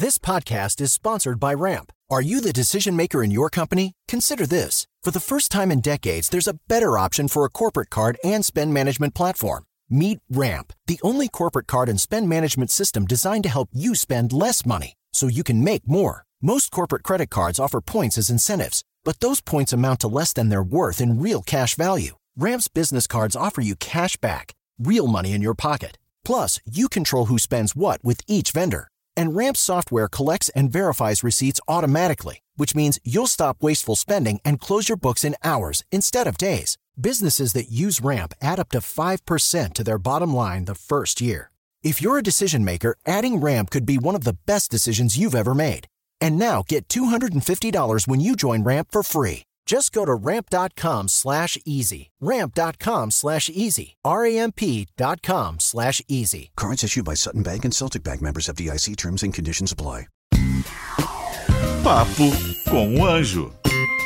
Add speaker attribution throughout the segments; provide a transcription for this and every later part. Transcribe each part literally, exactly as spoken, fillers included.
Speaker 1: This podcast is sponsored by Ramp. Are you the decision maker in your company? Consider this. For the first time in decades, there's a better option for a corporate card and spend management platform. Meet Ramp, the only corporate card and spend management system designed to help you spend less money so you can make more. Most corporate credit cards offer points as incentives, but those points amount to less than their worth in real cash value. Ramp's business cards offer you cash back, real money in your pocket. Plus, you control who spends what with each vendor. And Ramp's software collects and verifies receipts automatically, which means you'll stop wasteful spending and close your books in hours instead of days. Businesses that use Ramp add up to five percent to their bottom line the first year. If you're a decision maker, adding Ramp could be one of the best decisions you've ever made. And now get two hundred fifty dollars when you join Ramp for free. Just go to ramp.com slash easy. Ramp.com slash easy. R-A-M-P.com slash easy.
Speaker 2: Cards issued by Sutton Bank and Celtic Bank, members F D I C. Terms and conditions apply.
Speaker 3: Papo com o Anjo.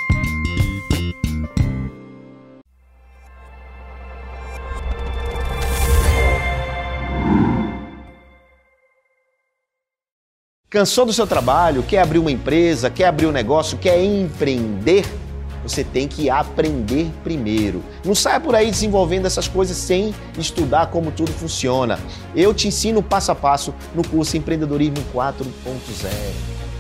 Speaker 4: Cansou do seu trabalho? Quer abrir uma empresa? Quer abrir um negócio? Quer empreender? Você tem que aprender primeiro. Não saia por aí desenvolvendo essas coisas sem estudar como tudo funciona. Eu te ensino passo a passo no curso Empreendedorismo quatro ponto zero.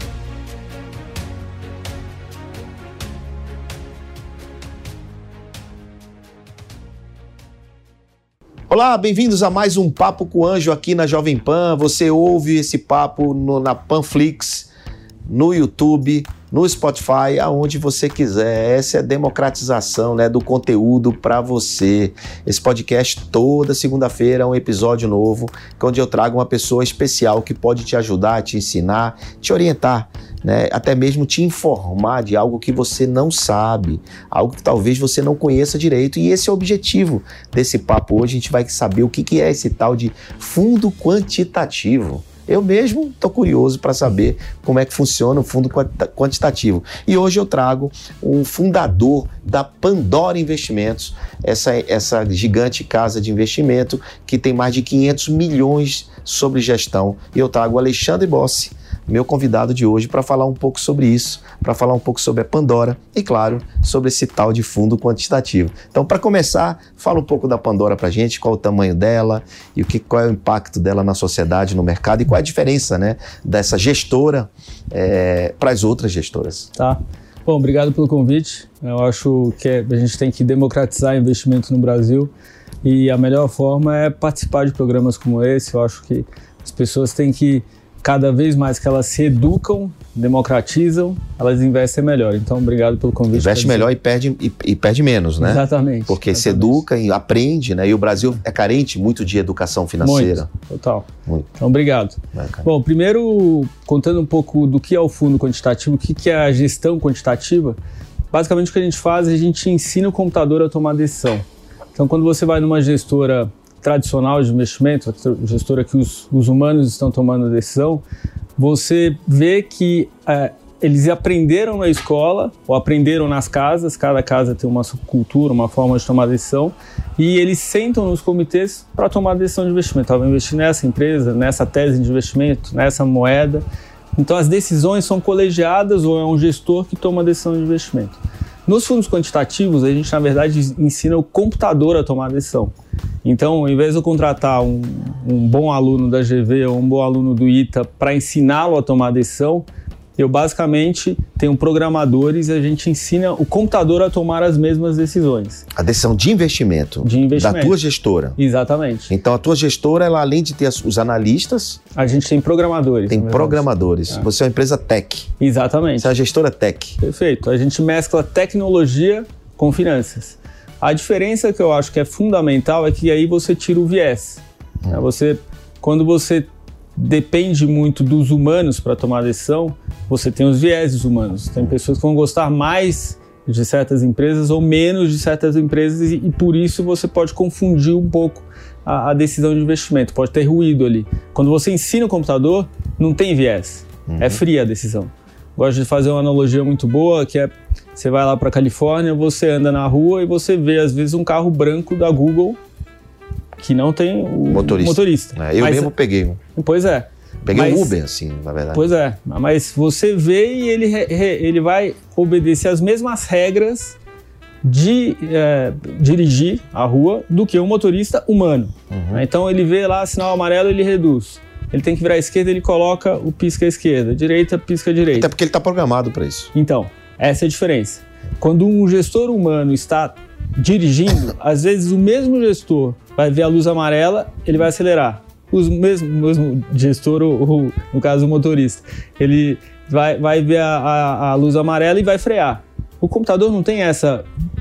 Speaker 4: Olá, bem-vindos a mais um Papo com o Anjo aqui na Jovem Pan. Você ouve esse papo no, na Panflix, no YouTube, no Spotify, aonde você quiser. Essa é a democratização, né, do conteúdo para você. Esse podcast toda segunda-feira é um episódio novo, onde eu trago uma pessoa especial que pode te ajudar, te ensinar, te orientar, né, até mesmo te informar de algo que você não sabe, algo que talvez você não conheça direito. E esse é o objetivo desse papo hoje. A gente vai saber o que é esse tal de fundo quantitativo. Eu mesmo estou curioso para saber como é que funciona o fundo quantitativo. E hoje eu trago o fundador da Pandora Investimentos, essa, essa gigante casa de investimento que tem mais de quinhentos milhões sobre gestão. E eu trago o Alexandre Bossi, meu convidado de hoje, para falar um pouco sobre isso, para falar um pouco sobre a Pandora e, claro, sobre esse tal de fundo quantitativo. Então, para começar, fala um pouco da Pandora para a gente, qual o tamanho dela e o que, qual é o impacto dela na sociedade, no mercado, e qual é a diferença, né, dessa gestora é, para as outras gestoras.
Speaker 5: Tá. Bom, obrigado pelo convite. Eu acho que a gente tem que democratizar investimento no Brasil e a melhor forma é participar de programas como esse. Eu acho que as pessoas têm que, cada vez mais que elas se educam, democratizam, elas investem melhor. Então, obrigado pelo convite.
Speaker 4: Investe melhor e perde, e, e perde menos, né?
Speaker 5: Exatamente.
Speaker 4: Porque
Speaker 5: exatamente.
Speaker 4: se educa e aprende, né? E o Brasil é carente muito de educação financeira.
Speaker 5: Muito, total.
Speaker 4: Muito.
Speaker 5: Então, obrigado.
Speaker 4: É,
Speaker 5: Bom, primeiro, contando um pouco do que é o fundo quantitativo, o que é a gestão quantitativa, basicamente o que a gente faz é a gente ensina o computador a tomar decisão. Então, quando você vai numa gestora tradicional de investimento, gestora que os, os humanos estão tomando a decisão, você vê que é, eles aprenderam na escola ou aprenderam nas casas, cada casa tem uma cultura, uma forma de tomar decisão, e eles sentam nos comitês para tomar decisão de investimento. Eu vou investir nessa empresa, nessa tese de investimento, nessa moeda. Então as decisões são colegiadas ou é um gestor que toma a decisão de investimento. Nos fundos quantitativos, a gente, na verdade, ensina o computador a tomar a decisão. Então, ao invés de eu contratar um, um bom aluno da G V ou um bom aluno do I T A para ensiná-lo a tomar a decisão, eu basicamente tenho programadores e a gente ensina o computador a tomar as mesmas decisões.
Speaker 4: A decisão de investimento,
Speaker 5: de investimento.
Speaker 4: Da tua gestora.
Speaker 5: Exatamente.
Speaker 4: Então a tua gestora, ela, além de ter os analistas...
Speaker 5: A gente tem programadores.
Speaker 4: Tem programadores. É. Você é uma empresa tech.
Speaker 5: Exatamente.
Speaker 4: Você é uma gestora tech.
Speaker 5: Perfeito. A gente mescla tecnologia com finanças. A diferença que eu acho que é fundamental é que aí você tira o viés. Hum. Você, quando você depende muito dos humanos para tomar decisão, você tem os vieses humanos. Tem pessoas que vão gostar mais de certas empresas ou menos de certas empresas e, e por isso você pode confundir um pouco a, a decisão de investimento. Pode ter ruído ali. Quando você ensina o computador, não tem viés. Uhum. É fria a decisão. Gosto de fazer uma analogia muito boa, que é, você vai lá para a Califórnia, você anda na rua e você vê, às vezes, um carro branco da Google que não tem o
Speaker 4: motorista.
Speaker 5: motorista.
Speaker 4: É, eu
Speaker 5: Mas,
Speaker 4: mesmo peguei um.
Speaker 5: Pois é.
Speaker 4: Peguei
Speaker 5: mas,
Speaker 4: um Uber, assim, na verdade.
Speaker 5: Pois é, mas você vê e ele, ele vai obedecer as mesmas regras de é, dirigir a rua do que um motorista humano. Uhum. Então ele vê lá sinal amarelo, ele reduz. Ele tem que virar à esquerda, ele coloca o pisca à esquerda. Direita, pisca à direita.
Speaker 4: Até porque ele está programado para isso.
Speaker 5: Então, essa é a diferença. Quando um gestor humano está dirigindo, às vezes o mesmo gestor vai ver a luz amarela, ele vai acelerar. O mesmo, mesmo gestor, ou, no caso o motorista, ele vai, vai ver a, a, a luz amarela e vai frear. O computador não tem essa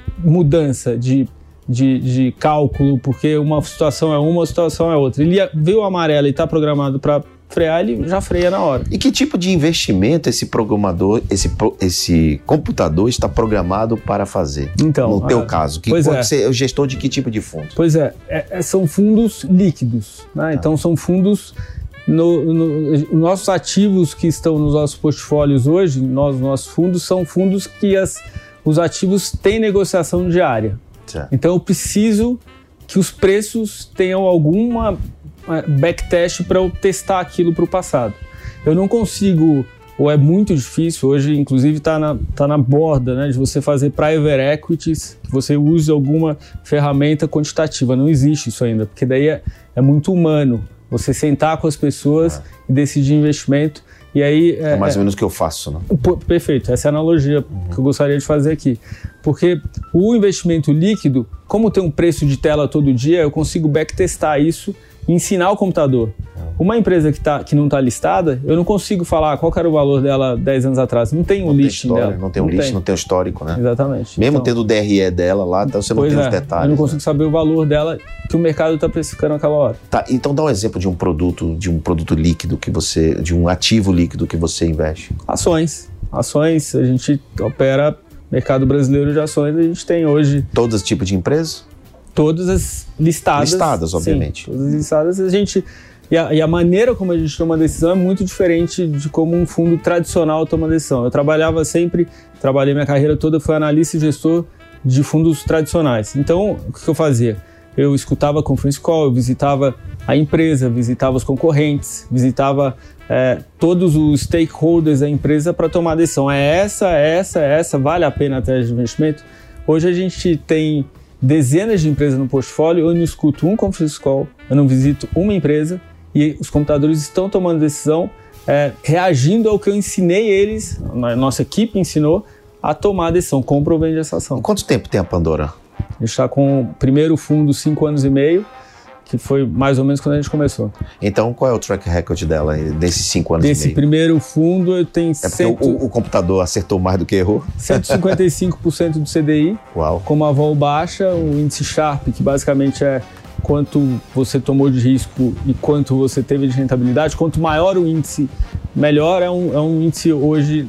Speaker 5: mudança de, de, de cálculo, porque uma situação é uma, uma situação é outra. Ele vê o amarelo e está programado para frear, ele já freia na hora.
Speaker 4: E que tipo de investimento esse programador, esse, esse computador está programado para fazer?
Speaker 5: Então,
Speaker 4: no teu
Speaker 5: ah,
Speaker 4: caso, que,
Speaker 5: pois é.
Speaker 4: Você é o gestor de que tipo de fundo?
Speaker 5: Pois é, é são fundos líquidos, né? Ah. Então são fundos, no, no, nossos ativos que estão nos nossos portfólios hoje, nós, nossos fundos, são fundos que as, os ativos têm negociação diária. Certo. Então eu preciso que os preços tenham alguma backtest para eu testar aquilo para o passado. Eu não consigo, ou é muito difícil, hoje inclusive está na, tá na borda, né, de você fazer private equities, que você use alguma ferramenta quantitativa. Não existe isso ainda, porque daí é, é muito humano. Você sentar com as pessoas ah. e decidir investimento. E aí,
Speaker 4: é, é mais ou menos o que eu faço, né?
Speaker 5: Perfeito, essa é a analogia uhum. que eu gostaria de fazer aqui. Porque o investimento líquido, como tem um preço de tela todo dia, eu consigo backtestar isso e ensinar o computador. Uma empresa que, tá, que não está listada, eu não consigo falar qual era o valor dela dez anos atrás. Não tem o um listing dela.
Speaker 4: Não tem o um listing, não tem o histórico, né?
Speaker 5: Exatamente.
Speaker 4: Mesmo
Speaker 5: então,
Speaker 4: tendo o D R E dela lá, então você não tem
Speaker 5: é,
Speaker 4: os detalhes.
Speaker 5: Eu não consigo
Speaker 4: né?
Speaker 5: saber o valor dela que o mercado está precificando naquela hora.
Speaker 4: Tá, então dá um exemplo de um produto, de um produto líquido que você, de um ativo líquido que você investe.
Speaker 5: Ações. Ações, a gente opera mercado brasileiro de ações, a gente tem hoje...
Speaker 4: Todos os tipos de empresas?
Speaker 5: Todas as listadas.
Speaker 4: Listadas, obviamente.
Speaker 5: Sim, todas as listadas. A gente, e, a, e a maneira como a gente toma decisão é muito diferente de como um fundo tradicional toma decisão. Eu trabalhava sempre, trabalhei minha carreira toda, fui analista e gestor de fundos tradicionais. Então, o que eu fazia? Eu escutava a conference call, eu visitava a empresa, visitava os concorrentes, visitava é, todos os stakeholders da empresa para tomar decisão. É essa, é essa, é essa, vale a pena atrás de investimento? Hoje a gente tem dezenas de empresas no portfólio, eu não escuto um conference call, eu não visito uma empresa e os computadores estão tomando decisão, é, reagindo ao que eu ensinei eles, a nossa equipe ensinou, a tomar a decisão, compra ou vende essa ação.
Speaker 4: Quanto tempo tem a Pandora?
Speaker 5: A gente está com o primeiro fundo cinco anos e meio, que foi mais ou menos quando a gente começou.
Speaker 4: Então, qual é o track record dela desses cinco anos
Speaker 5: Desse
Speaker 4: e meio?
Speaker 5: Desse primeiro fundo, eu tenho...
Speaker 4: É porque cento... o, o computador acertou mais do que errou?
Speaker 5: cento e cinquenta e cinco por cento do C D I.
Speaker 4: Uau.
Speaker 5: Com uma vol baixa, o índice Sharpe, que basicamente é quanto você tomou de risco e quanto você teve de rentabilidade. Quanto maior o índice, melhor. É um, é um índice hoje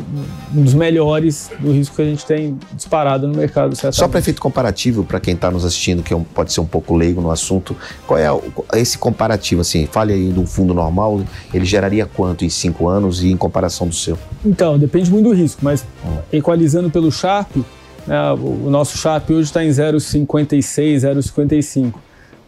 Speaker 5: um dos melhores do risco que a gente tem disparado no mercado. Certamente.
Speaker 4: Só para efeito comparativo, para quem está nos assistindo, que pode ser um pouco leigo no assunto, qual é esse comparativo? Assim, fale aí de um fundo normal, ele geraria quanto em cinco anos e em comparação do seu?
Speaker 5: Então, depende muito do risco, mas hum. equalizando pelo Sharpe, né, o nosso Sharpe hoje está em zero vírgula cinquenta e seis, zero vírgula cinquenta e cinco.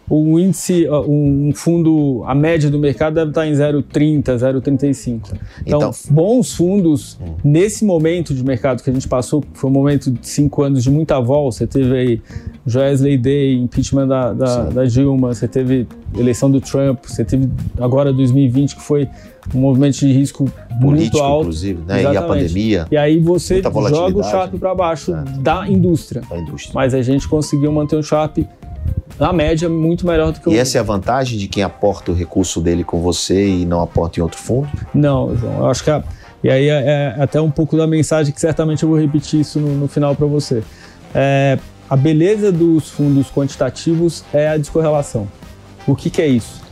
Speaker 5: O índice, um fundo, a média do mercado deve estar em zero vírgula trinta, zero vírgula trinta e cinco. Então, então, bons fundos, hum. nesse momento de mercado que a gente passou, foi um momento de cinco anos de muita vol, você teve aí Joesley Day, impeachment da, da, da Dilma, você teve eleição do Trump, você teve agora dois mil e vinte, que foi um movimento de risco político, muito alto.
Speaker 4: Inclusive, né? E a pandemia.
Speaker 5: E aí você joga o Sharpe para baixo é. da indústria.
Speaker 4: Da indústria.
Speaker 5: Mas a gente conseguiu manter o Sharpe na média, muito melhor do que o...
Speaker 4: E essa é a vantagem de quem aporta o recurso dele com você e não aporta em outro fundo?
Speaker 5: Não, João, eu acho que... A, e aí é, é até um pouco da mensagem que certamente eu vou repetir isso no, no final para você. É, a beleza dos fundos quantitativos é a descorrelação. O que, que é isso?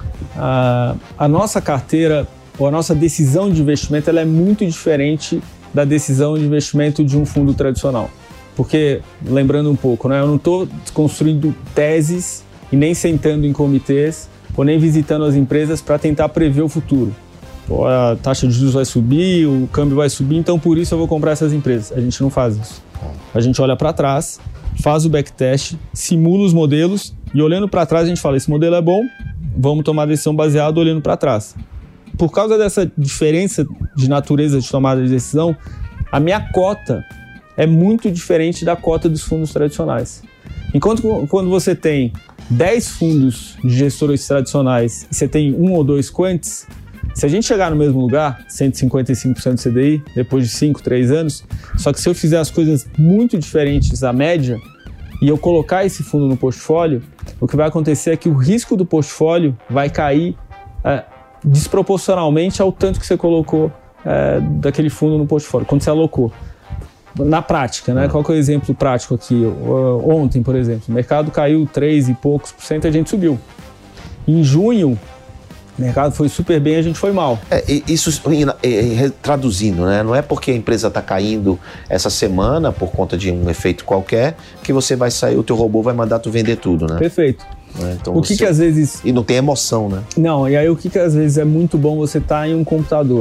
Speaker 5: A, a nossa carteira, ou a nossa decisão de investimento, ela é muito diferente da decisão de investimento de um fundo tradicional. Porque, lembrando um pouco, né, eu não estou construindo teses e nem sentando em comitês ou nem visitando as empresas para tentar prever o futuro. Pô, a taxa de juros vai subir, o câmbio vai subir, então por isso eu vou comprar essas empresas. A gente não faz isso. A gente olha para trás, faz o backtest, simula os modelos e olhando para trás a gente fala, esse modelo é bom, vamos tomar decisão baseada olhando para trás. por causa dessa diferença de natureza de tomada de decisão, a minha cota é muito diferente da cota dos fundos tradicionais. Enquanto quando você tem dez fundos de gestores tradicionais e você tem um ou dois quants, se a gente chegar no mesmo lugar, cento e cinquenta e cinco por cento do C D I, depois de cinco, três anos, só que se eu fizer as coisas muito diferentes da média e eu colocar esse fundo no portfólio, o que vai acontecer é que o risco do portfólio vai cair é, desproporcionalmente ao tanto que você colocou é, daquele fundo no portfólio, quando você alocou. Na prática, né? Qual que é o exemplo prático aqui? Ontem, por exemplo, o mercado caiu três e poucos por cento e a gente subiu. Em junho, o mercado foi super bem, a gente foi mal.
Speaker 4: É, isso, é, traduzindo, né? Não é porque a empresa está caindo essa semana por conta de um efeito qualquer que você vai sair, o teu robô vai mandar tu vender tudo, né?
Speaker 5: Perfeito.
Speaker 4: É, então
Speaker 5: o que
Speaker 4: você...
Speaker 5: que às vezes...
Speaker 4: E não tem emoção, né?
Speaker 5: Não, e aí o que que às vezes é muito bom você estar tá em um computador.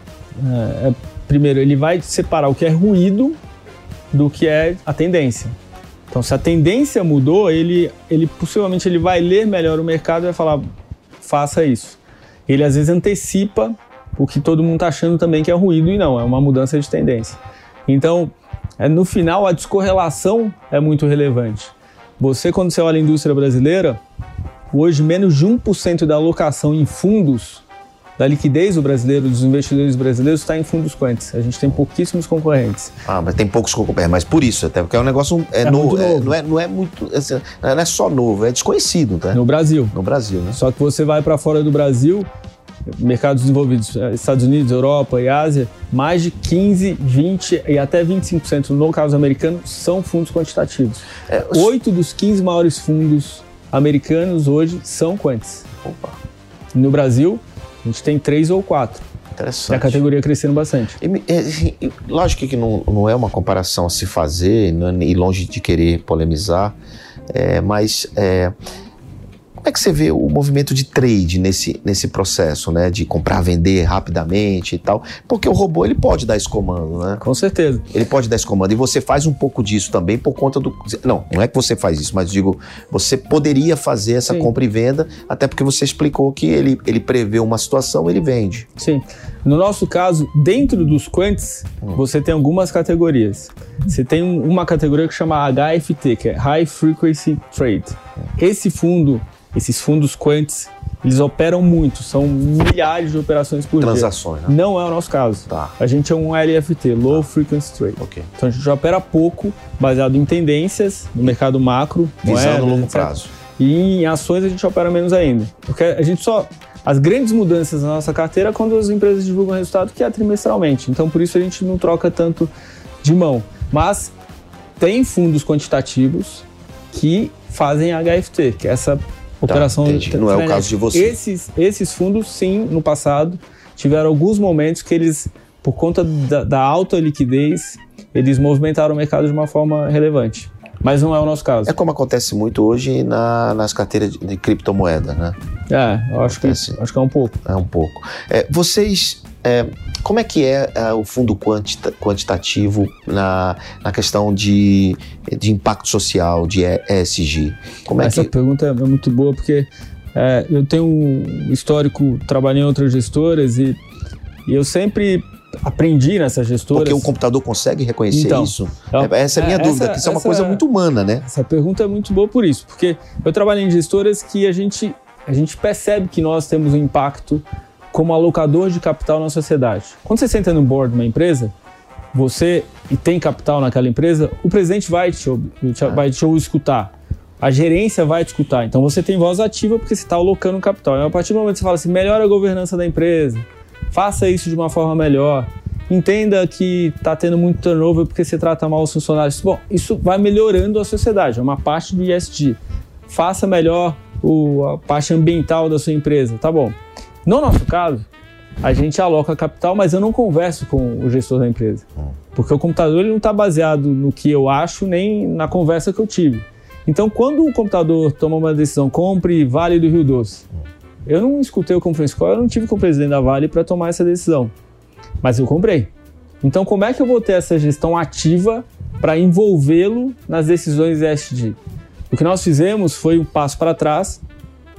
Speaker 5: É, é, primeiro, ele vai separar o que é ruído do que é a tendência. Então, se a tendência mudou, ele, ele possivelmente ele vai ler melhor o mercado e vai falar, faça isso. Ele às vezes antecipa o que todo mundo está achando também que é ruído e não, é uma mudança de tendência. Então, é, no final, a descorrelação é muito relevante. Você, quando você olha a indústria brasileira, hoje menos de um por cento da alocação em fundos, da liquidez do brasileiro, dos investidores brasileiros, está em fundos quants. A gente tem pouquíssimos concorrentes.
Speaker 4: Ah, mas tem poucos concorrentes, mas por isso, até porque é um negócio é,
Speaker 5: é
Speaker 4: novo,
Speaker 5: novo.
Speaker 4: É, não, é, não é muito, não é só novo, é desconhecido, tá?
Speaker 5: No Brasil.
Speaker 4: No Brasil, né?
Speaker 5: Só que você vai para fora do Brasil, mercados desenvolvidos, Estados Unidos, Europa e Ásia, mais de quinze, vinte e até vinte e cinco por cento no caso americano são fundos quantitativos. É, os... Oito dos quinze maiores fundos americanos hoje são quants.
Speaker 4: Opa. No
Speaker 5: Brasil, a gente tem três ou quatro.
Speaker 4: Interessante.
Speaker 5: E a categoria crescendo bastante.
Speaker 4: E, e, lógico que não, não é uma comparação a se fazer, não, e longe de querer polemizar, é, mas é, como é que você vê o movimento de trade nesse, nesse processo, né? De comprar, vender rapidamente e tal? Porque o robô, ele pode dar esse comando, né?
Speaker 5: Com certeza.
Speaker 4: Ele pode dar esse comando. E você faz um pouco disso também por conta do... Não, não é que você faz isso, mas digo, você poderia fazer essa Sim. compra e venda, até porque você explicou que ele, ele prevê uma situação, ele vende.
Speaker 5: Sim. No nosso caso, dentro dos quants, hum. você tem algumas categorias. Você tem uma categoria que chama H F T, que é High Frequency Trade. Esse fundo... Esses fundos quants, eles operam muito, são milhares de operações por
Speaker 4: Transações,
Speaker 5: dia.
Speaker 4: Né?
Speaker 5: Não é o nosso caso.
Speaker 4: Tá.
Speaker 5: A gente é um L F T, Low
Speaker 4: tá.
Speaker 5: Frequency Trade.
Speaker 4: Okay.
Speaker 5: Então a gente já opera pouco, baseado em tendências no mercado macro,
Speaker 4: visando longo
Speaker 5: etcétera.
Speaker 4: prazo.
Speaker 5: E em ações a gente opera menos ainda. Porque a gente só... As grandes mudanças na nossa carteira é quando as empresas divulgam resultado, que é trimestralmente. Então por isso a gente não troca tanto de mão. Mas tem fundos quantitativos que fazem H F T, que é essa... Operação
Speaker 4: tá, não é o caso de você.
Speaker 5: Esses, esses fundos, sim, no passado, tiveram alguns momentos que eles, por conta da, da alta liquidez, eles movimentaram o mercado de uma forma relevante. Mas não é o nosso caso.
Speaker 4: É como acontece muito hoje na, nas carteiras de, de criptomoeda, né?
Speaker 5: É, eu acho que, acho que é um pouco.
Speaker 4: É um pouco. É, vocês... É, como é que é, é o fundo quantita, quantitativo na, na questão de, de impacto social, de E S G? Como é
Speaker 5: Essa
Speaker 4: que...
Speaker 5: pergunta é muito boa, porque é, eu tenho um histórico, trabalhei em outras gestoras e, e eu sempre aprendi nessas gestoras.
Speaker 4: Porque o computador consegue reconhecer
Speaker 5: então,
Speaker 4: isso?
Speaker 5: Então,
Speaker 4: essa é a minha
Speaker 5: é,
Speaker 4: dúvida,
Speaker 5: essa,
Speaker 4: que isso é uma
Speaker 5: essa,
Speaker 4: coisa muito humana, né?
Speaker 5: Essa pergunta é muito boa por isso, porque eu trabalhei em gestoras que a gente, a gente percebe que nós temos um impacto como alocador de capital na sociedade. Quando você senta no board de uma empresa, você e tem capital naquela empresa, o presidente vai te, te, vai te escutar, a gerência vai te escutar. Então você tem voz ativa porque você está alocando capital. E a partir do momento que você fala assim, melhora a governança da empresa, faça isso de uma forma melhor, entenda que está tendo muito turnover porque você trata mal os funcionários. Bom, isso vai melhorando a sociedade, é uma parte de E S G. Faça melhor o, a parte ambiental da sua empresa, tá bom. No nosso caso, a gente aloca capital, mas eu não converso com o gestor da empresa. Porque o computador ele não está baseado no que eu acho, nem na conversa que eu tive. Então, quando o computador toma uma decisão, compre Vale do Rio Doce, eu não escutei o conference call, eu não tive com o presidente da Vale para tomar essa decisão. Mas eu comprei. Então, como é que eu vou ter essa gestão ativa para envolvê-lo nas decisões E S G? O que nós fizemos foi um passo para trás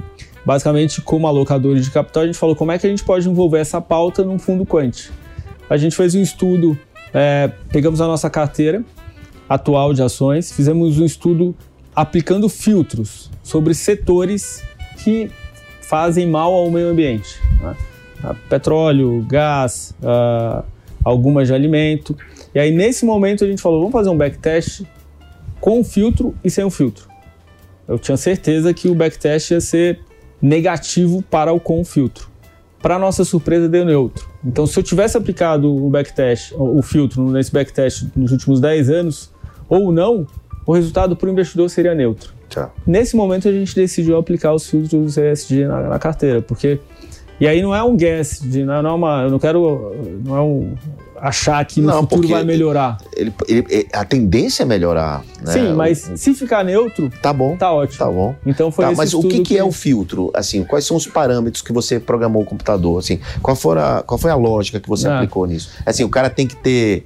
Speaker 5: basicamente, como alocadores de capital, a gente falou como é que a gente pode envolver essa pauta num fundo quant. A gente fez um estudo, é, pegamos a nossa carteira atual de ações, fizemos um estudo aplicando filtros sobre setores que fazem mal ao meio ambiente. Né? Petróleo, gás, uh, algumas de alimento. E aí, nesse momento, a gente falou, vamos fazer um backtest com o filtro e sem o filtro. Eu tinha certeza que o backtest ia ser negativo para o com filtro. Para nossa surpresa, deu neutro. Então, se eu tivesse aplicado o backtest, o filtro nesse backtest nos últimos dez anos, ou não, o resultado para o investidor seria neutro.
Speaker 4: Tchau.
Speaker 5: Nesse momento, a gente decidiu aplicar os filtros E S G na, na carteira, porque... E aí não é um guess, de, não é uma, eu não quero não é um, achar que no não, futuro vai melhorar.
Speaker 4: Ele, ele, a tendência é melhorar. Né?
Speaker 5: Sim, mas o, se ficar neutro,
Speaker 4: tá bom,
Speaker 5: tá ótimo.
Speaker 4: Tá bom.
Speaker 5: Então foi
Speaker 4: tá,
Speaker 5: esse
Speaker 4: mas o que, que,
Speaker 5: que
Speaker 4: é o filtro? Assim, quais são os parâmetros que você programou o computador? Assim, qual, for a, qual foi a lógica que você ah. aplicou nisso? Assim, o cara tem que ter...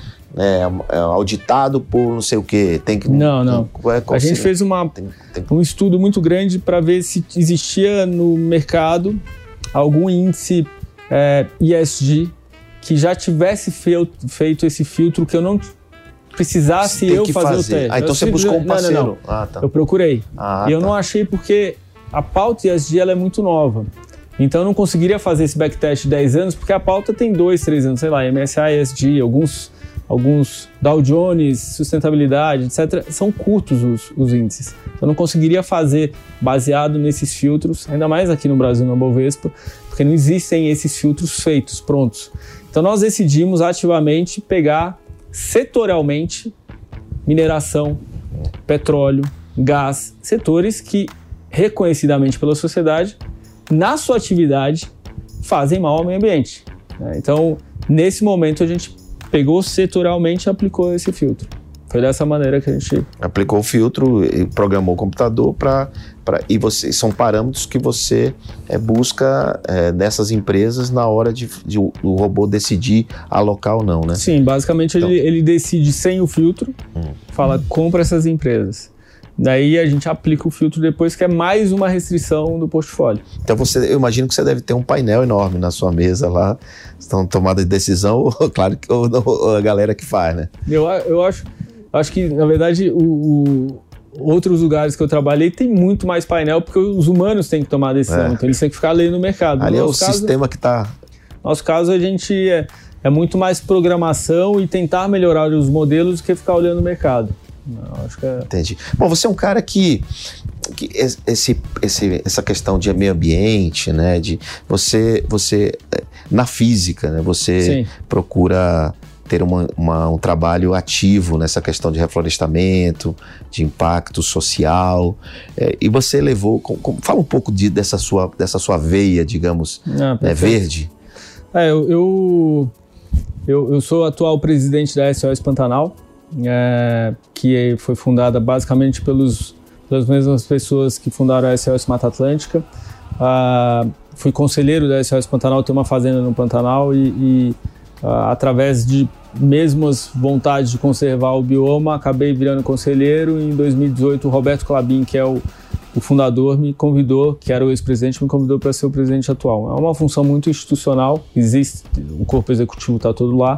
Speaker 4: É, auditado por não sei o quê. Tem que,
Speaker 5: não, não.
Speaker 4: Qual é, qual
Speaker 5: a gente
Speaker 4: se...
Speaker 5: fez uma, tem, tem... um estudo muito grande para ver se existia no mercado algum índice é, E S G que já tivesse feito, feito esse filtro que eu não precisasse eu fazer, fazer o teste.
Speaker 4: Ah, então
Speaker 5: eu
Speaker 4: você buscou um parceiro.
Speaker 5: Não, não, não.
Speaker 4: Ah, tá.
Speaker 5: Eu procurei.
Speaker 4: Ah,
Speaker 5: e eu
Speaker 4: tá.
Speaker 5: não achei porque a pauta E S G ela é muito nova. Então eu não conseguiria fazer esse backtest de dez anos porque a pauta tem dois, três anos, sei lá, M S C I E S G, alguns... Alguns Dow Jones, sustentabilidade, etcétera, são curtos os, os índices. Eu não conseguiria fazer baseado nesses filtros, ainda mais aqui no Brasil, na Bovespa, porque não existem esses filtros feitos, prontos. Então nós decidimos ativamente pegar setorialmente mineração, petróleo, gás, setores que reconhecidamente pela sociedade, na sua atividade, fazem mal ao meio ambiente. Então, nesse momento a gente pegou setorialmente e aplicou esse filtro. Foi dessa maneira que a gente...
Speaker 4: Aplicou o filtro e programou o computador para... E você, são parâmetros que você é, busca é, dessas empresas na hora de, de o, o robô decidir alocar ou não, né?
Speaker 5: Sim, basicamente então... ele, ele decide sem o filtro, hum. fala, compra essas empresas. Daí a gente aplica o filtro depois, que é mais uma restrição do portfólio.
Speaker 4: Então você, eu imagino que você deve ter um painel enorme na sua mesa lá, estão tomando decisão, ou, claro que ou, ou a galera que faz, né?
Speaker 5: Eu, eu acho, acho que, na verdade, o, o, outros lugares que eu trabalhei tem muito mais painel, porque os humanos têm que tomar a decisão, é. Então eles têm que ficar lendo no mercado.
Speaker 4: Ali
Speaker 5: no
Speaker 4: é o
Speaker 5: caso,
Speaker 4: sistema que está...
Speaker 5: No nosso caso, a gente é, é muito mais programação e tentar melhorar os modelos do que ficar olhando o mercado. Não, acho que é...
Speaker 4: Entendi. Bom, você é um cara que, que esse, esse, essa questão de meio ambiente, né, de você, você na física, né, você Sim. procura ter uma, uma, um trabalho ativo nessa questão de reflorestamento, de impacto social, é, e você levou, com, com, fala um pouco de, dessa, sua, dessa sua veia, digamos, ah, né, verde.
Speaker 5: É, eu, eu, eu, eu sou atual presidente da S O S Pantanal, É, que foi fundada basicamente pelos, pelas mesmas pessoas que fundaram a S O S Mata Atlântica. Uh, fui conselheiro da S O S Pantanal, tenho uma fazenda no Pantanal e, e uh, através de mesmas vontades de conservar o bioma, acabei virando conselheiro. E em dois mil e dezoito, o Roberto Clabin, que é o, o fundador, me convidou, que era o ex-presidente, me convidou para ser o presidente atual. É uma função muito institucional, existe, o corpo executivo está todo lá.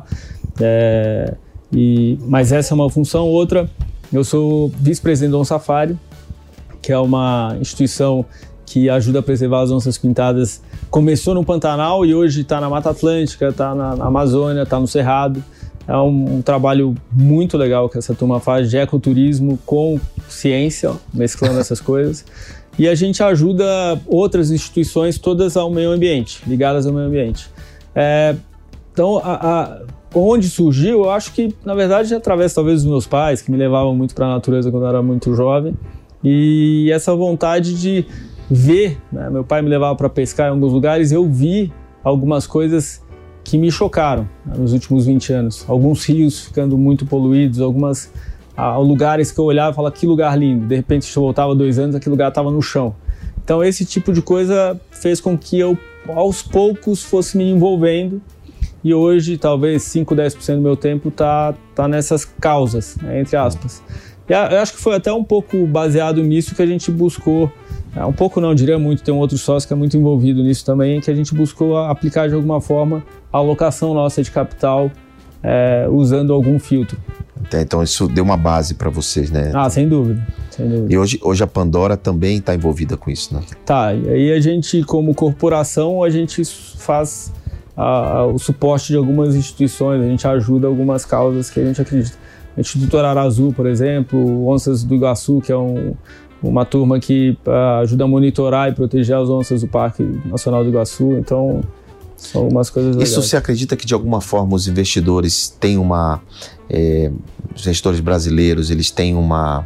Speaker 5: É, E, mas essa é uma função. Outra, eu sou vice-presidente do OnSafari, que é uma instituição que ajuda a preservar as onças pintadas. Começou no Pantanal e hoje está na Mata Atlântica, está na, na Amazônia, está no Cerrado. É um, um trabalho muito legal que essa turma faz de ecoturismo com ciência, ó, mesclando essas coisas. E a gente ajuda outras instituições todas ao meio ambiente, ligadas ao meio ambiente. É, então, a, a onde surgiu, eu acho que, na verdade, através talvez dos meus pais, que me levavam muito para a natureza quando eu era muito jovem, e essa vontade de ver, né? Meu pai me levava para pescar em alguns lugares e eu vi algumas coisas que me chocaram, né, nos últimos vinte anos. Alguns rios ficando muito poluídos, algumas ah, lugares que eu olhava e falava, que lugar lindo. De repente, se eu voltava dois anos, aquele lugar estava no chão. Então, esse tipo de coisa fez com que eu, aos poucos, fosse me envolvendo. E hoje, talvez cinco, dez por cento do meu tempo está tá nessas causas, né, entre aspas. E a, eu acho que foi até um pouco baseado nisso que a gente buscou um pouco não, diria muito, tem um outro sócio que é muito envolvido nisso também, que a gente buscou aplicar de alguma forma a alocação nossa de capital é, usando algum filtro.
Speaker 4: Então isso deu uma base para vocês, né?
Speaker 5: Ah, sem dúvida, sem dúvida.
Speaker 4: E hoje, hoje a Pandora também está envolvida com isso, né?
Speaker 5: Tá, e aí a gente, como corporação, a gente faz a, a, o suporte de algumas instituições, a gente ajuda algumas causas que a gente acredita. O Instituto Arara Azul, por exemplo, Onças do Iguaçu, que é um, uma turma que uh, ajuda a monitorar e proteger as onças do Parque Nacional do Iguaçu, então são algumas coisas legais.
Speaker 4: Isso você acredita que de alguma forma os investidores têm uma... É, os gestores brasileiros, eles têm uma...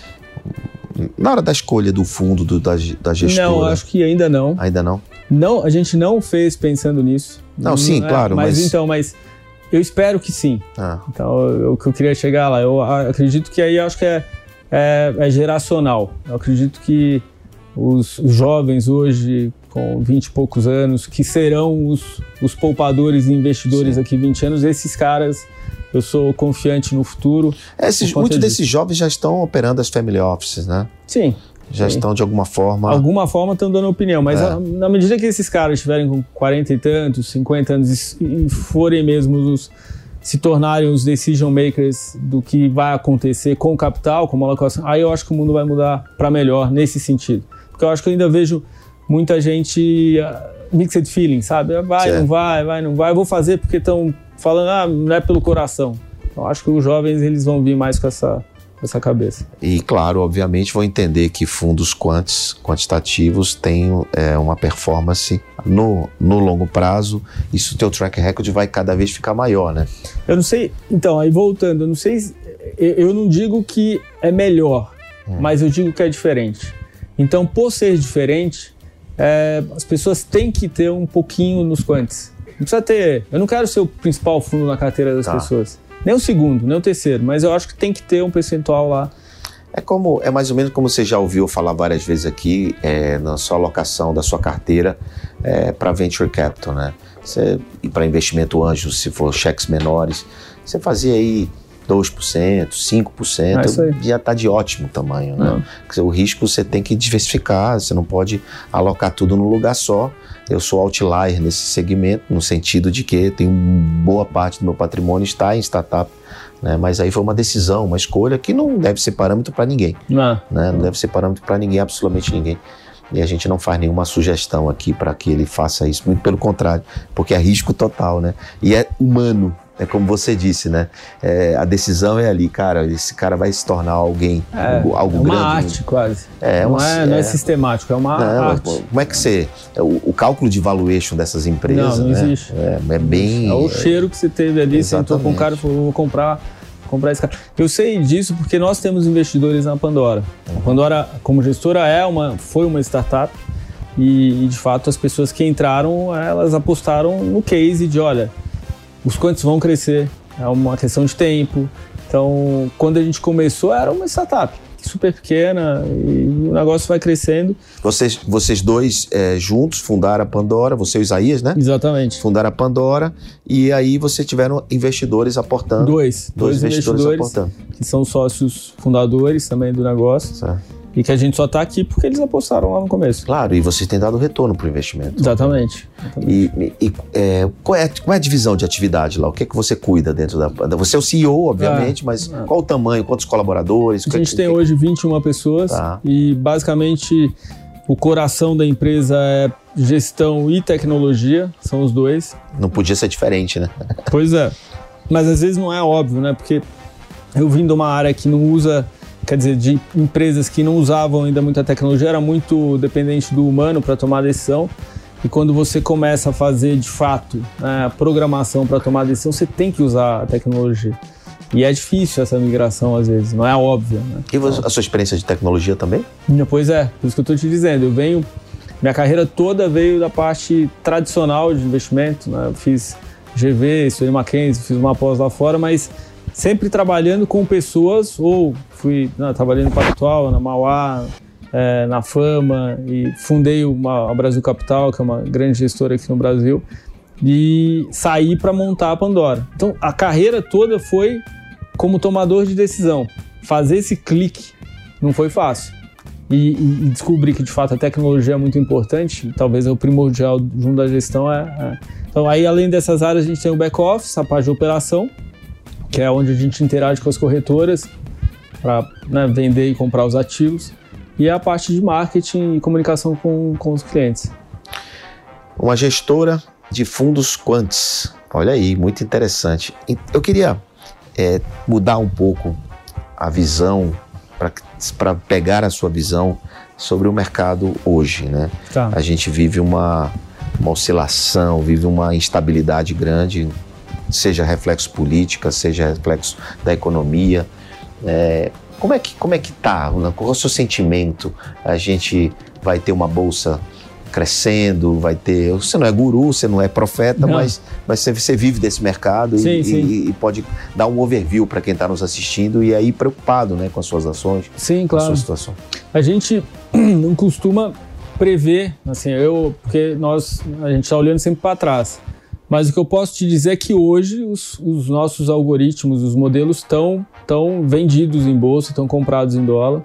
Speaker 4: Na hora da escolha do fundo, do, da, da gestora...
Speaker 5: Não, acho que ainda não.
Speaker 4: Ainda não?
Speaker 5: Não, a gente não fez pensando nisso.
Speaker 4: Não, sim,
Speaker 5: é,
Speaker 4: claro,
Speaker 5: mas...
Speaker 4: Mas
Speaker 5: então, mas eu espero que sim.
Speaker 4: Ah.
Speaker 5: Então, o que eu queria chegar lá, eu acredito que aí acho que é, é, é geracional. Eu acredito que os, os jovens hoje, com vinte e poucos anos, que serão os, os poupadores e investidores sim. daqui a vinte anos, esses caras... Eu sou confiante no futuro.
Speaker 4: Esses, muitos disso. Desses jovens já estão operando as family offices, né?
Speaker 5: Sim.
Speaker 4: Já sim. estão, de alguma forma...
Speaker 5: Alguma forma estão dando opinião, mas é. a, na medida que esses caras estiverem com quarenta e tantos, cinquenta anos e, e forem mesmo os... se tornarem os decision makers do que vai acontecer com o capital, com a alocação, aí eu acho que o mundo vai mudar para melhor nesse sentido. Porque eu acho que eu ainda vejo muita gente... Uh, mixed feeling, sabe? Vai, certo. não vai, vai, não vai. Eu vou fazer porque estão... falando, ah, não é pelo coração. Então, acho que os jovens eles vão vir mais com essa, essa cabeça.
Speaker 4: E, claro, obviamente, vão entender que fundos quantis, quantitativos têm é, uma performance no, no longo prazo. Isso, o teu track record vai cada vez ficar maior, né?
Speaker 5: Eu não sei... Então, aí voltando, eu não sei... Eu, eu não digo que é melhor, hum. mas eu digo que é diferente. Então, por ser diferente, é, as pessoas têm que ter um pouquinho nos quantis. Não precisa ter... Eu não quero ser o principal fundo na carteira das tá. pessoas. Nem o segundo, nem o terceiro. Mas eu acho que tem que ter um percentual lá.
Speaker 4: É, como, é mais ou menos como você já ouviu falar várias vezes aqui, é, na sua alocação da sua carteira é, para venture capital, né? Você, e para investimento anjo, se for cheques menores, você fazia aí dois por cento, cinco por cento, ah, já está de ótimo tamanho, né? Porque o risco você tem que diversificar, você não pode alocar tudo num lugar só. Eu sou outlier nesse segmento, no sentido de que tem boa parte do meu patrimônio está em startup, né? Mas aí foi uma decisão, uma escolha que não deve ser parâmetro para ninguém, não, né? Não deve ser parâmetro para ninguém, absolutamente ninguém. E a gente não faz nenhuma sugestão aqui para que ele faça isso, muito pelo contrário, porque é risco total, né? E é humano. É como você disse, né? É, a decisão é ali, cara. Esse cara vai se tornar alguém,
Speaker 5: é,
Speaker 4: algo, algo
Speaker 5: é uma
Speaker 4: grande.
Speaker 5: arte, quase.
Speaker 4: É,
Speaker 5: não,
Speaker 4: uma,
Speaker 5: é,
Speaker 4: é,
Speaker 5: não é sistemático, é uma
Speaker 4: não,
Speaker 5: arte.
Speaker 4: Como é que você... O, o cálculo de valuation dessas empresas...
Speaker 5: Não, não
Speaker 4: né?
Speaker 5: existe.
Speaker 4: É, é bem...
Speaker 5: É o cheiro que você teve ali, sentou com o cara e falou, vou comprar, comprar esse cara. Eu sei disso porque nós temos investidores na Pandora. A Pandora, como gestora, é uma, foi uma startup e, de fato, as pessoas que entraram, elas apostaram no case de, olha, os quantos vão crescer. É uma questão de tempo. Então, quando a gente começou, era uma startup super pequena e o negócio vai crescendo. Vocês,
Speaker 4: vocês dois é, juntos fundaram a Pandora, você e o Isaías, né?
Speaker 5: Exatamente.
Speaker 4: Fundaram a Pandora e aí vocês tiveram investidores aportando.
Speaker 5: Dois. Dois, dois investidores, investidores aportando. Que são sócios fundadores também do negócio. Certo. E que a gente só está aqui porque eles apostaram lá no começo.
Speaker 4: Claro, e vocês têm dado retorno para o investimento.
Speaker 5: Exatamente. Exatamente.
Speaker 4: E, e é, qual, é, qual é a divisão de atividade lá? O que é que você cuida dentro da... Você é o C E O, obviamente, é, mas é. qual o tamanho, quantos colaboradores?
Speaker 5: A gente
Speaker 4: que,
Speaker 5: tem que... hoje vinte e uma pessoas tá. E basicamente o coração da empresa é gestão e tecnologia, são os dois.
Speaker 4: Não podia ser diferente, né?
Speaker 5: Pois é, mas às vezes não é óbvio, né? Porque eu vim de uma área que não usa... Quer dizer, de empresas que não usavam ainda muita tecnologia, era muito dependente do humano para tomar decisão. E quando você começa a fazer, de fato, né, a programação para tomar decisão, você tem que usar a tecnologia. E é difícil essa migração, às vezes, não é óbvia. Né?
Speaker 4: E a sua experiência de tecnologia também?
Speaker 5: Pois é, por isso que eu estou te dizendo. Eu venho, minha carreira toda veio da parte tradicional de investimento. Né? Eu fiz G V, estudei Mackenzie, fiz uma pós lá fora, mas... sempre trabalhando com pessoas, ou fui não, trabalhando no Pactual, na Mauá, é, na Fama, e fundei uma, a Brasil Capital, que é uma grande gestora aqui no Brasil, e saí para montar a Pandora. Então, a carreira toda foi como tomador de decisão. Fazer esse clique não foi fácil. e, e descobrir que de fato a tecnologia é muito importante, talvez é o primordial junto da gestão. É, é. Então aí além dessas áreas a gente tem o back-office, a parte de operação, que é onde a gente interage com as corretoras para, né, vender e comprar os ativos, e a parte de marketing e comunicação com, com os clientes.
Speaker 4: Uma gestora de fundos quants, olha aí, muito interessante. Eu queria é, mudar um pouco a visão, para pegar a sua visão sobre o mercado hoje, né?
Speaker 5: Tá.
Speaker 4: A gente vive uma, uma oscilação, vive uma instabilidade grande, seja reflexo política, seja reflexo da economia. É, como é que como é que tá? Qual é o seu sentimento? A gente vai ter uma bolsa crescendo, vai ter... Você não é guru, você não é profeta, não. mas, mas você, você vive desse mercado sim, e, sim. E, e pode dar um overview para quem está nos assistindo e aí preocupado, né, com as suas ações,
Speaker 5: sim,
Speaker 4: com
Speaker 5: claro.
Speaker 4: a sua situação.
Speaker 5: A gente não costuma prever, assim, eu, porque nós, a gente está olhando sempre para trás, mas o que eu posso te dizer é que hoje os, os nossos algoritmos, os modelos estão tão vendidos em bolsa, estão comprados em dólar.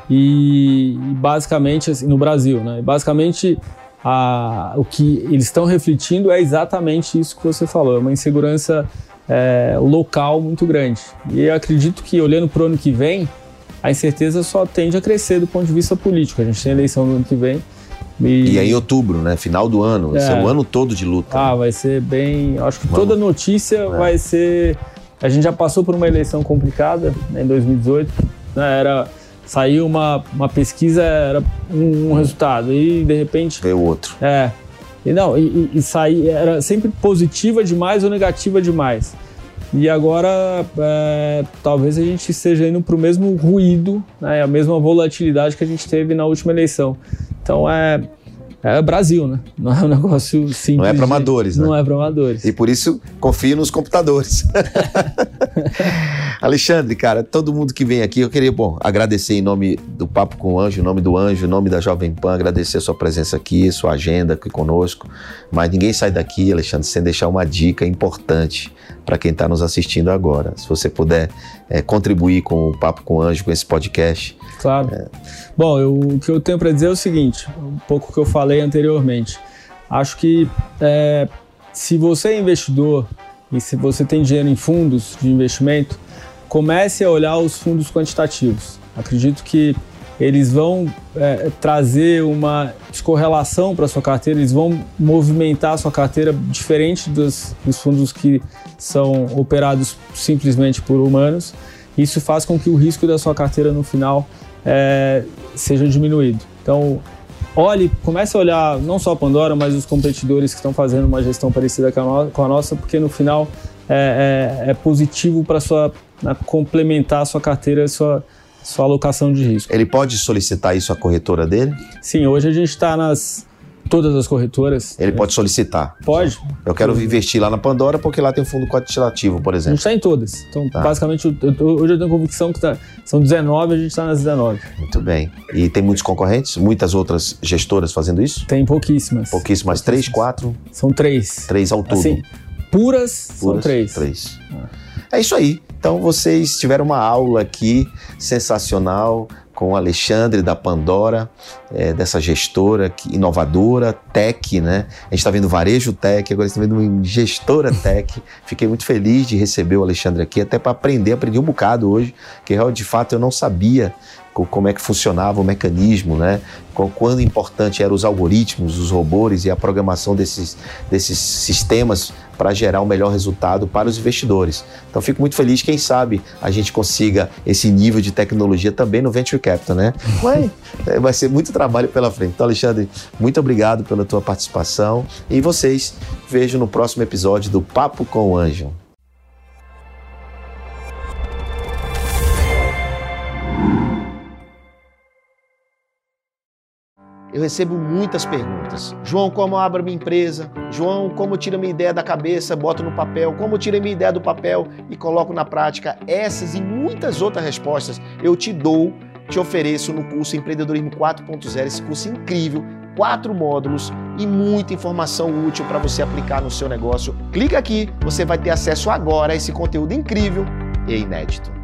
Speaker 5: E, e basicamente, assim, no Brasil, né? Basicamente, a, o que eles estão refletindo é exatamente isso que você falou, é uma insegurança é, local muito grande. E eu acredito que, olhando para o ano que vem, a incerteza só tende a crescer do ponto de vista político. A gente tem eleição no ano que vem. E,
Speaker 4: e aí em outubro, né? Final do ano, vai é, ser o ano todo de luta.
Speaker 5: Ah,
Speaker 4: né?
Speaker 5: vai ser bem... Acho que
Speaker 4: Vamos.
Speaker 5: toda notícia é. vai ser... A gente já passou por uma eleição complicada, né, em dois mil e dezoito, né, era... Saiu uma, uma pesquisa, era um, um resultado, e de repente...
Speaker 4: Veio outro.
Speaker 5: É. E não, e, e sair, era sempre positiva demais ou negativa demais. E agora, é, talvez a gente esteja indo para o mesmo ruído, né, a mesma volatilidade que a gente teve na última eleição. Então, é... É Brasil, né? Não é um negócio simples.
Speaker 4: Não é para amadores,
Speaker 5: de...
Speaker 4: né?
Speaker 5: Não é para amadores.
Speaker 4: E por isso, confio nos computadores. Alexandre, cara, todo mundo que vem aqui, eu queria, bom, agradecer em nome do Papo com o Anjo, em nome do Anjo, em nome da Jovem Pan, agradecer a sua presença aqui, sua agenda aqui conosco. Mas ninguém sai daqui, Alexandre, sem deixar uma dica importante para quem está nos assistindo agora. Se você puder é, contribuir com o Papo com o Anjo, com esse podcast.
Speaker 5: Claro. É... Bom, eu, o que eu tenho para dizer é o seguinte, um pouco que eu falei anteriormente. Acho que é, se você é investidor e se você tem dinheiro em fundos de investimento, comece a olhar os fundos quantitativos. Acredito que eles vão é, trazer uma descorrelação para a sua carteira, eles vão movimentar a sua carteira diferente dos, dos fundos que são operados simplesmente por humanos. Isso faz com que o risco da sua carteira no final é, seja diminuído. Então, olhe, comece a olhar não só a Pandora, mas os competidores que estão fazendo uma gestão parecida com a, no, com a nossa, porque no final é, é, é positivo para sua né, complementar a sua carteira, a sua, sua alocação de risco.
Speaker 4: Ele pode solicitar isso à corretora dele?
Speaker 5: Sim, hoje a gente está nas todas as corretoras.
Speaker 4: Ele pode solicitar?
Speaker 5: Pode.
Speaker 4: Eu quero pode. investir lá na Pandora porque lá tem um fundo quantitativo, por exemplo.
Speaker 5: A gente está em todas. Então, tá. basicamente, eu, eu, hoje eu tenho convicção que tá, são dezenove, a gente está nas dezenove.
Speaker 4: Muito bem. E tem muitos concorrentes? Muitas outras gestoras fazendo isso?
Speaker 5: Tem pouquíssimas.
Speaker 4: Pouquíssimas. Três, quatro?
Speaker 5: São três.
Speaker 4: Três ao todo?
Speaker 5: Assim, puras, puras são três.
Speaker 4: Três. Ah. É isso aí. Então, vocês tiveram uma aula aqui sensacional com o Alexandre da Pandora, é, dessa gestora que, inovadora, tech, né? A gente está vendo varejo tech, agora está vendo uma gestora tech. Fiquei muito feliz de receber o Alexandre aqui, até para aprender, aprendi um bocado hoje, que de fato eu não sabia como é que funcionava o mecanismo, né? Quão importante eram os algoritmos, os robôs e a programação desses, desses sistemas para gerar um melhor resultado para os investidores. Então, fico muito feliz, quem sabe a gente consiga esse nível de tecnologia também no Venture Capital, né? Vai, vai ser muito trabalho pela frente. Então, Alexandre, muito obrigado pela tua participação e vocês vejam no próximo episódio do Papo com o Anjo. Eu recebo muitas perguntas. João, como eu abro minha empresa? João, como eu tiro minha ideia da cabeça, boto no papel? Como eu tiro minha ideia do papel e coloco na prática? Essas e muitas outras respostas eu te dou, te ofereço no curso Empreendedorismo quatro ponto zero, esse curso incrível, quatro módulos e muita informação útil para você aplicar no seu negócio. Clica aqui, você vai ter acesso agora a esse conteúdo incrível e inédito.